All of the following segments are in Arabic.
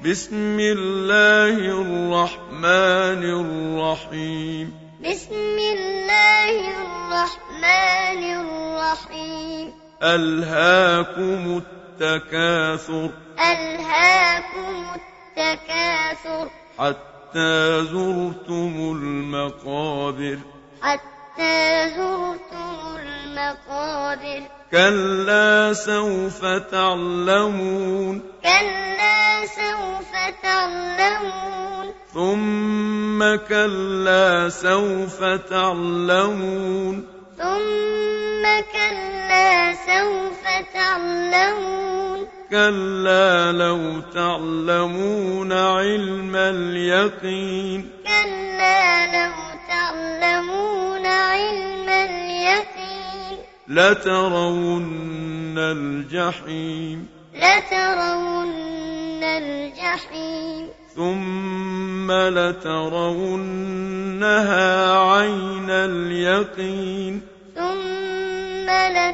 بسم الله الرحمن الرحيم. بسم الله الرحمن الرحيم. ألهاكم التكاثر. ألهاكم التكاثر. حتى زرتم المقابر. حتى زرتم المقابر. كلا سوف تعلمون. كلا سوف تعلمون. ثم كلا سوف تعلمون. ثم كلا سوف تعلمون. كلا لو تعلمون علم اليقين. كلا لو تعلمون علم اليقين. لترون الجحيم. لترون الجحيم. ثم لترونها عين اليقين. ثم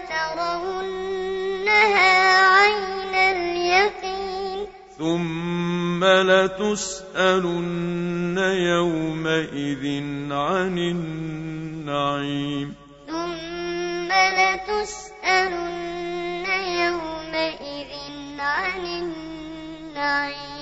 لترونها عين اليقين. ثم لتسألن يومئذ عن النعيم. ثم لتسألن يومئذ عن النعيم.